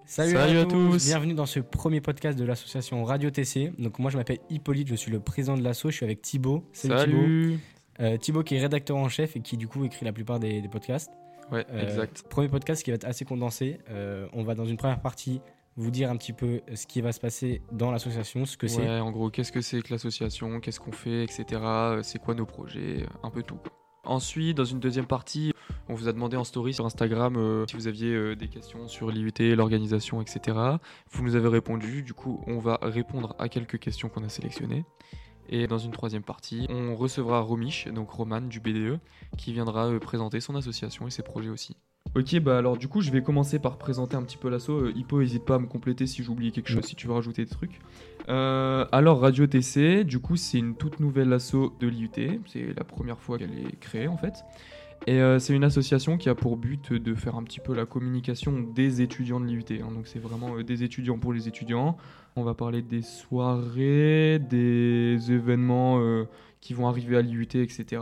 Salut à tous. Bienvenue dans ce premier podcast de l'association Radio TC. Donc moi je m'appelle Hippolyte, je suis le président de l'asso, je suis avec Thibaut. Salut. Thibaut qui est rédacteur en chef et qui du coup écrit la plupart des podcasts. Ouais, exact. Premier podcast qui va être assez condensé. On va dans une première partie vous dire un petit peu ce qui va se passer dans l'association, ce que c'est. Ouais, en gros, qu'est-ce que c'est que l'association, qu'est-ce qu'on fait, etc. C'est quoi nos projets, un peu tout. Ensuite, dans une deuxième partie, on vous a demandé en story sur Instagram si vous aviez des questions sur l'IUT, l'organisation, etc. Vous nous avez répondu, du coup, on va répondre à quelques questions qu'on a sélectionnées. Et dans une troisième partie, on recevra Romish, donc Roman du BDE, qui viendra présenter son association et ses projets aussi. Ok, bah alors du coup, je vais commencer par présenter un petit peu l'asso. Hippo, n'hésite pas à me compléter si j'oublie quelque chose, si tu veux rajouter des trucs. Alors, Radio TC, du coup, c'est une toute nouvelle asso de l'IUT. C'est la première fois qu'elle est créée, en fait. Et c'est une association qui a pour but de faire un petit peu la communication des étudiants de l'IUT. Donc, c'est vraiment des étudiants pour les étudiants. On va parler des soirées, des événements qui vont arriver à l'IUT, etc.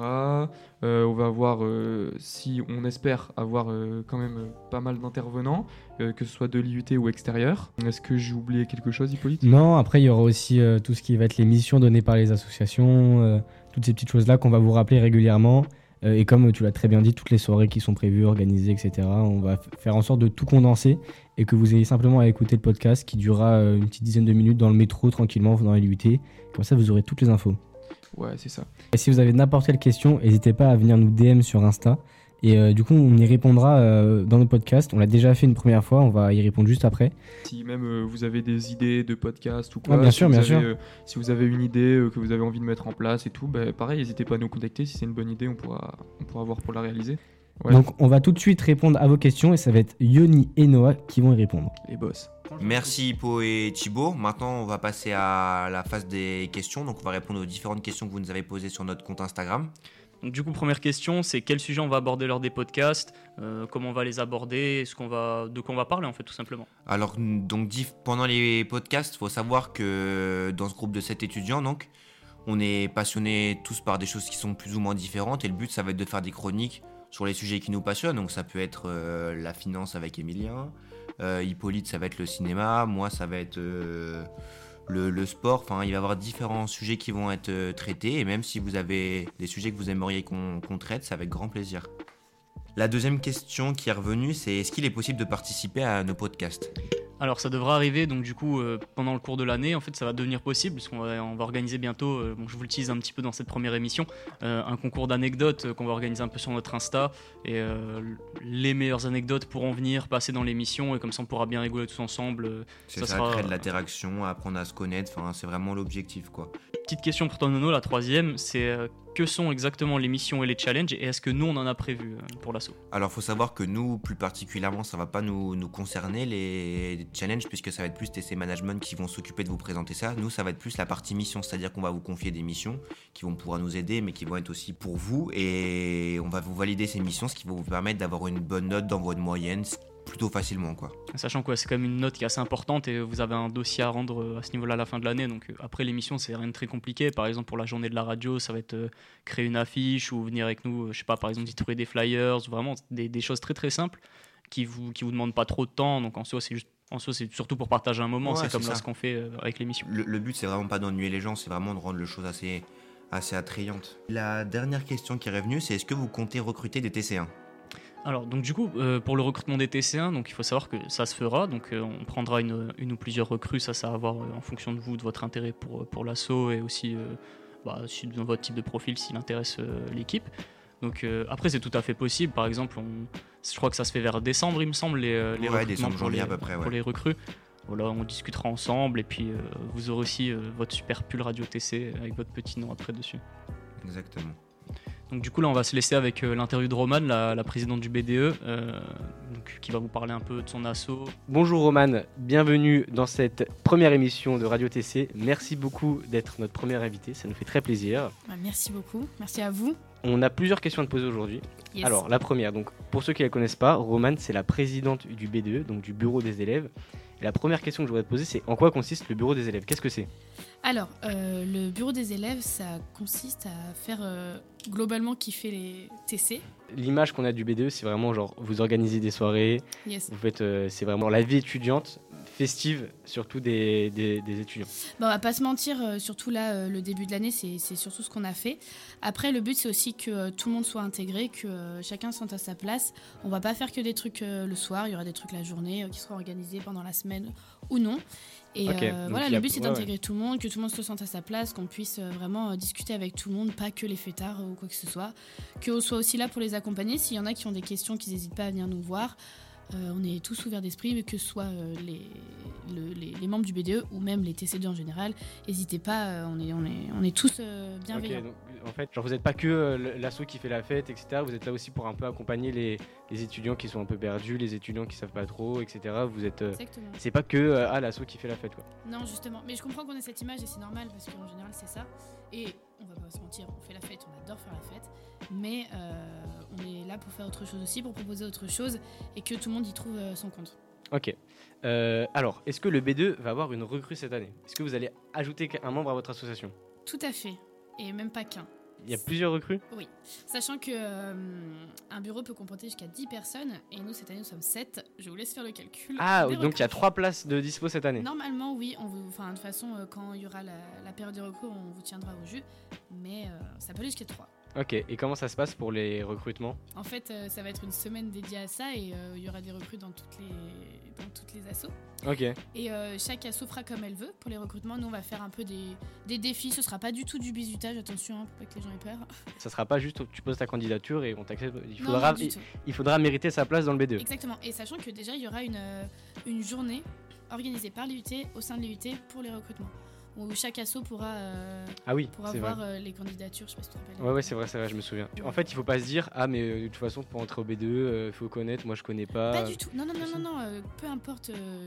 On va avoir, si on espère avoir quand même pas mal d'intervenants, que ce soit de l'IUT ou extérieur. Est-ce que j'ai oublié quelque chose, Hippolyte ? Non, après il y aura aussi tout ce qui va être les missions données par les associations, toutes ces petites choses-là qu'on va vous rappeler régulièrement. Et comme tu l'as très bien dit, toutes les soirées qui sont prévues, organisées, etc. On va faire en sorte de tout condenser et que vous ayez simplement à écouter le podcast qui durera une petite dizaine de minutes dans le métro, tranquillement, dans l'IUT. Comme ça, vous aurez toutes les infos. Ouais, c'est ça. Et si vous avez n'importe quelle question, n'hésitez pas à venir nous DM sur Insta. Et du coup, on y répondra dans nos podcasts. On l'a déjà fait une première fois, on va y répondre juste après. Si même vous avez des idées de podcast ou quoi, bien sûr. Si vous avez une idée que vous avez envie de mettre en place et tout, pareil, n'hésitez pas à nous contacter. Si c'est une bonne idée, on pourra voir pour la réaliser. Ouais. Donc, on va tout de suite répondre à vos questions et ça va être Yoni et Noah qui vont y répondre. Les boss. Merci Hippo et Thibaut. Maintenant, on va passer à la phase des questions. Donc, on va répondre aux différentes questions que vous nous avez posées sur notre compte Instagram. Donc du coup, première question, c'est quel sujet on va aborder lors des podcasts, comment on va les aborder, de quoi on va parler en fait tout simplement. Alors, donc, pendant les podcasts, il faut savoir que dans ce groupe de 7 étudiants, donc, on est passionnés tous par des choses qui sont plus ou moins différentes et le but, ça va être de faire des chroniques sur les sujets qui nous passionnent. Donc, ça peut être la finance avec Emilien, Hippolyte, ça va être le cinéma, moi, ça va être... Le sport, enfin il va y avoir différents sujets qui vont être traités et même si vous avez des sujets que vous aimeriez qu'on traite, c'est avec grand plaisir. La deuxième question qui est revenue, c'est est-ce qu'il est possible de participer à nos podcasts ? Alors ça devra arriver donc du coup pendant le cours de l'année, en fait ça va devenir possible parce qu'on va organiser bientôt, je vous le tease un petit peu dans cette première émission, un concours d'anecdotes qu'on va organiser un peu sur notre Insta et les meilleures anecdotes pourront venir passer dans l'émission et comme ça on pourra bien rigoler tous ensemble. Ça sera créer de l'interaction, apprendre à se connaître, c'est vraiment l'objectif quoi. Petite question pour toi Nono, la troisième, c'est que sont exactement les missions et les challenges et est-ce que nous on en a prévu pour l'asso ? Alors il faut savoir que nous plus particulièrement ça va pas nous concerner les challenges puisque ça va être plus TC Management qui vont s'occuper de vous présenter ça. Nous ça va être plus la partie mission, c'est-à-dire qu'on va vous confier des missions qui vont pouvoir nous aider mais qui vont être aussi pour vous et on va vous valider ces missions ce qui va vous permettre d'avoir une bonne note dans votre moyenne plutôt facilement quoi. Sachant que c'est quand même une note qui est assez importante et vous avez un dossier à rendre à ce niveau-là à la fin de l'année, donc après l'émission c'est rien de très compliqué. Par exemple pour la journée de la radio ça va être créer une affiche ou venir avec nous, je sais pas, par exemple distribuer des flyers, vraiment des choses très très simples qui vous demandent pas trop de temps, donc en soi c'est surtout pour partager un moment, c'est comme là ce qu'on fait avec l'émission. Le but c'est vraiment pas d'ennuyer les gens, c'est vraiment de rendre les choses assez attrayantes. La dernière question qui est revenue c'est est-ce que vous comptez recruter des TC1 ? Alors donc du coup pour le recrutement des TC1, donc il faut savoir que ça se fera, donc on prendra une ou plusieurs recrues, ça va avoir en fonction de vous, de votre intérêt pour l'asso et aussi dans votre type de profil s'il intéresse l'équipe. Donc après c'est tout à fait possible, par exemple je crois que ça se fait vers décembre il me semble les recrutements décembre, janvier à peu près, pour les recrues. Voilà, on discutera ensemble et puis vous aurez aussi votre super pull Radio TC avec votre petit nom après dessus. Exactement. Donc du coup là on va se laisser avec l'interview de Romane, la présidente du BDE, qui va vous parler un peu de son asso. Bonjour Romane, bienvenue dans cette première émission de Radio TC. Merci beaucoup d'être notre première invitée, ça nous fait très plaisir. Merci beaucoup, merci à vous. On a plusieurs questions à te poser aujourd'hui. Yes. Alors la première, donc, pour ceux qui ne la connaissent pas, Romane c'est la présidente du BDE, donc du bureau des élèves. Et la première question que je voudrais te poser, c'est en quoi consiste le bureau des élèves ? Qu'est-ce que c'est ? Alors, le bureau des élèves, ça consiste à faire globalement kiffer les TC. L'image qu'on a du BDE, c'est vraiment genre vous organisez des soirées, Yes. vous faites, c'est vraiment la vie étudiante, festive, surtout des étudiants. Bon, on va pas se mentir, surtout là, le début de l'année, c'est surtout ce qu'on a fait. Après, le but, c'est aussi que tout le monde soit intégré, que chacun se sente à sa place. On va pas faire que des trucs le soir, il y aura des trucs la journée qui seront organisés pendant la semaine ou non. Et Ok, donc voilà, il y a- le but, c'est ouais, d'intégrer tout le monde, que tout le monde se sente à sa place, qu'on puisse vraiment discuter avec tout le monde, pas que les fêtards ou quoi que ce soit. Qu'on soit aussi là pour les accompagner. S'il y en a qui ont des questions, qu'ils n'hésitent pas à venir nous voir. On est tous ouverts d'esprit, mais que ce soit les membres du BDE ou même les TC2 en général, n'hésitez pas, on est tous bienveillants. Ok, donc, en fait, genre vous n'êtes pas que l'asso qui fait la fête, etc. Vous êtes là aussi pour un peu accompagner les étudiants qui sont un peu perdus, les étudiants qui savent pas trop, etc. Vous êtes, Exactement. c'est pas que l'asso qui fait la fête, quoi. Non, justement. Mais je comprends qu'on ait cette image et c'est normal parce qu'en général, c'est ça. Et on va pas se mentir, on fait la fête, on adore faire la fête. Mais on est là pour faire autre chose aussi, pour proposer autre chose et que tout le monde y trouve son compte. Ok. Alors, est-ce que le B2 va avoir une recrue cette année ? Est-ce que vous allez ajouter un membre à votre association ? Tout à fait. Et même pas qu'un. Il y a plusieurs recrues ? Sachant que un bureau peut comporter jusqu'à 10 personnes et nous, cette année, nous sommes 7. Je vous laisse faire le calcul. Ah, des donc il y a recrues. 3 places de dispo cette année. Normalement, oui. De toute façon, quand il y aura la période de recrues, on vous tiendra au jus. Mais ça peut aller jusqu'à 3. Ok, et comment ça se passe pour les recrutements ? En fait, ça va être une semaine dédiée à ça et il y aura des recrues dans toutes les assos. Ok, Et chaque asso fera comme elle veut pour les recrutements. Nous, on va faire un peu des défis. Ce sera pas du tout du bizutage, attention, pour pas que les gens aient peur. ça sera pas juste tu poses ta candidature et on t'accepte. Non, du tout. Il faudra mériter sa place dans le B2. Exactement. Et sachant que déjà, il y aura une journée organisée par l'IUT au sein de l'IUT pour les recrutements. Où chaque asso pourra Ah oui, c'est voir vrai. Les candidatures. Je sais pas si tu te rappelles. Ouais, c'est vrai, je me souviens. En fait, il faut pas se dire, ah, mais de toute façon, pour entrer au B2, il faut connaître, moi je connais pas. Pas du tout. Non. Peu importe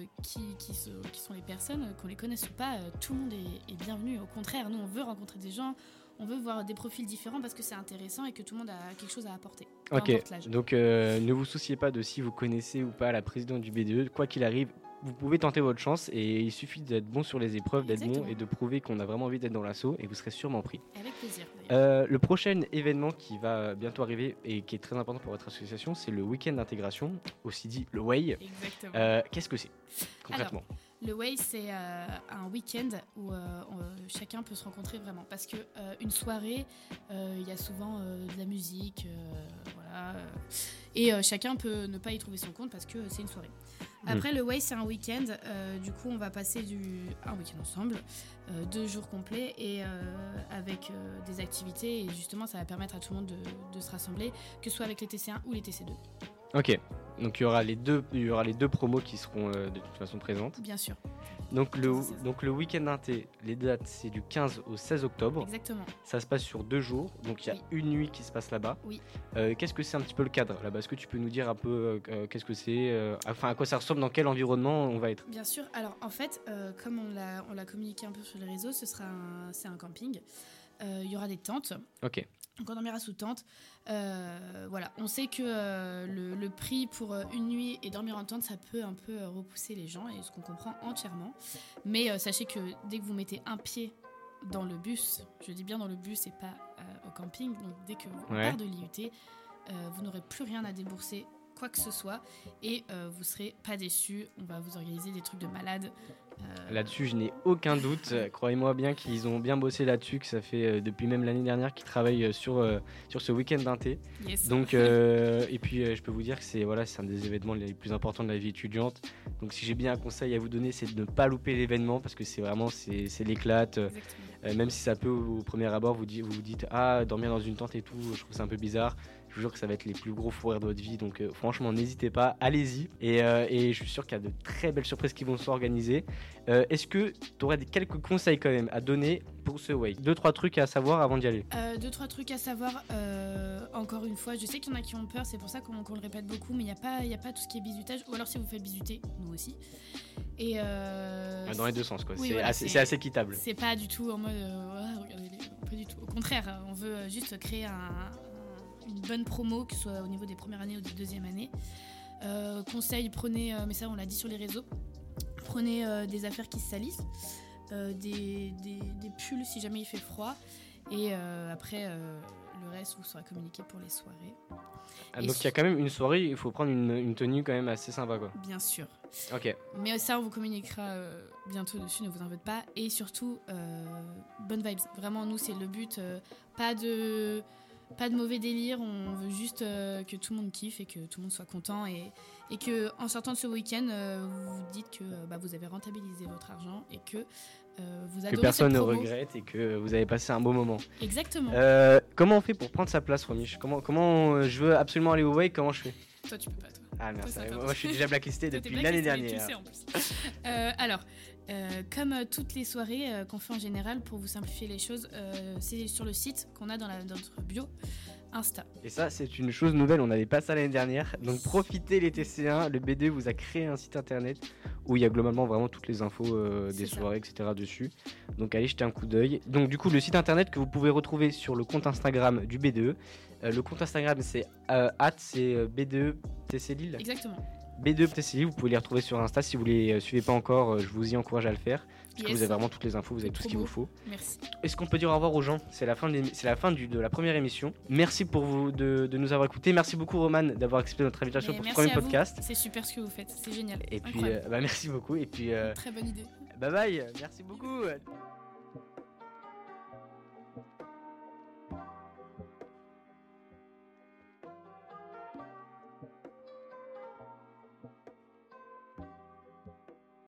qui sont les personnes, qu'on les connaisse ou pas, tout le monde est bienvenu. Au contraire, nous, on veut rencontrer des gens, on veut voir des profils différents parce que c'est intéressant et que tout le monde a quelque chose à apporter. Peu Ok, importe l'âge. donc ne vous souciez pas de si vous connaissez ou pas la présidente du B2. Quoi qu'il arrive, vous pouvez tenter votre chance et il suffit d'être bon sur les épreuves, d'être bon Exactement. et de prouver qu'on a vraiment envie d'être dans l'assaut et vous serez sûrement pris. Avec plaisir. D'ailleurs. Le prochain événement qui va bientôt arriver et qui est très important pour votre association, c'est le week-end d'intégration, aussi dit le WAY. Exactement. Qu'est-ce que c'est concrètement ? Le WAY, c'est un week-end où chacun peut se rencontrer vraiment. Parce que une soirée, il y a souvent de la musique, voilà. Et chacun peut ne pas y trouver son compte parce que c'est une soirée. Après, le WAY, c'est un week-end. Du coup, on va passer un week-end ensemble, 2 jours complets et avec des activités. Et justement, ça va permettre à tout le monde de se rassembler, que ce soit avec les TC1 ou les TC2. Ok, donc il y aura les deux promos qui seront de toute façon présentes. Bien sûr. Donc le week-end inté, les dates c'est du 15 au 16 octobre. Exactement. Ça se passe sur 2 jours, donc il y a Oui. une nuit qui se passe là-bas. Oui. Qu'est-ce que c'est un petit peu le cadre là-bas ? Est-ce que tu peux nous dire un peu qu'est-ce que c'est, enfin à quoi ça ressemble, dans quel environnement on va être ? Bien sûr. Alors en fait, comme on l'a communiqué un peu sur les réseaux, c'est un camping. Il y aura des tentes. Ok. Donc on dormira sous tente. Voilà. On sait que le prix pour une nuit et dormir en tente, ça peut un peu repousser les gens, et ce qu'on comprend entièrement. Mais sachez que dès que vous mettez un pied dans le bus, je dis bien dans le bus et pas au camping, donc dès que vous part de l'IUT, vous n'aurez plus rien à débourser, quoi que ce soit, et vous serez pas déçus. On va vous organiser des trucs de malade. Là-dessus, je n'ai aucun doute. Croyez-moi bien qu'ils ont bien bossé là-dessus, que ça fait depuis même l'année dernière qu'ils travaillent sur ce week-end d'inté. Yes. Donc, et puis je peux vous dire que c'est un des événements les plus importants de la vie étudiante. Donc si j'ai bien un conseil à vous donner, c'est de ne pas louper l'événement, parce que c'est l'éclate. Même si ça peut au premier abord vous dites dormir dans une tente et tout, je trouve ça un peu bizarre. Je vous jure que ça va être les plus gros fous rires de votre vie, donc franchement n'hésitez pas, allez-y, et je suis sûr qu'il y a de très belles surprises qui vont s'organiser. Est-ce que tu aurais quelques conseils quand même à donner pour ce Way ? 2-3 trucs à savoir avant d'y aller. 2-3 trucs à savoir, encore une fois, je sais qu'il y en a qui ont peur, c'est pour ça qu'on le répète beaucoup, mais il n'y a pas tout ce qui est bizutage, ou alors si vous faites bisuter, nous aussi. Et dans les deux sens, quoi. Oui, c'est voilà, assez équitable. C'est pas du tout en mode regardez-les, pas du tout. Au contraire, on veut juste créer une bonne promo, que ce soit au niveau des premières années ou des deuxièmes années. Conseil, prenez, mais ça on l'a dit sur les réseaux, prenez des affaires qui se salissent, des pulls si jamais il fait froid. Et après, le reste vous sera communiqué pour les soirées. Donc il y a quand même une soirée, il faut prendre une tenue quand même assez sympa, quoi. Bien sûr. Ok. Mais ça, on vous communiquera bientôt dessus, ne vous en faites pas. Et surtout, bonne vibes. Vraiment, nous, c'est le but. Pas de mauvais délire. On veut juste que tout le monde kiffe et que tout le monde soit content. Et que en sortant de ce week-end, vous vous dites que vous avez rentabilisé votre argent et que vous adorez Que personne ne cette promo. regrette et que vous avez passé un beau moment. Exactement. Comment on fait pour prendre sa place, Romiche? Comment je veux absolument aller au Wake, comment je fais? Toi, tu peux pas, toi. Ah merci, Toi, ça moi je suis déjà blacklisté Toi, t'es depuis l'année blacklisté, dernière. tu le sais, en plus. Alors, comme toutes les soirées qu'on fait en général, pour vous simplifier les choses, c'est sur le site qu'on a dans notre bio Insta. Et ça, c'est une chose nouvelle, on n'avait pas ça l'année dernière. Donc profitez les TC1, le B2 vous a créé un site internet où il y a globalement vraiment toutes les infos des soirées, etc. dessus. Donc allez jeter un coup d'œil. Donc du coup, le site internet que vous pouvez retrouver sur le compte Instagram du B2. Le compte Instagram, c'est c'est B2TC Lille. Exactement. B2TC Lille, vous pouvez les retrouver sur Insta. Si vous les suivez pas encore, je vous y encourage à le faire. Parce que Yes. vous avez vraiment toutes les infos, vous avez tout ce qu'il vous faut. Merci. Est-ce qu'on peut dire au revoir aux gens? C'est la fin de la première émission. Merci pour vous de nous avoir écoutés. Merci beaucoup Roman d'avoir accepté notre invitation Mais pour ce merci premier à vous. podcast. C'est super ce que vous faites, c'est génial. Et puis Incroyable. merci beaucoup. Et puis Très bonne idée. bye bye. Merci beaucoup.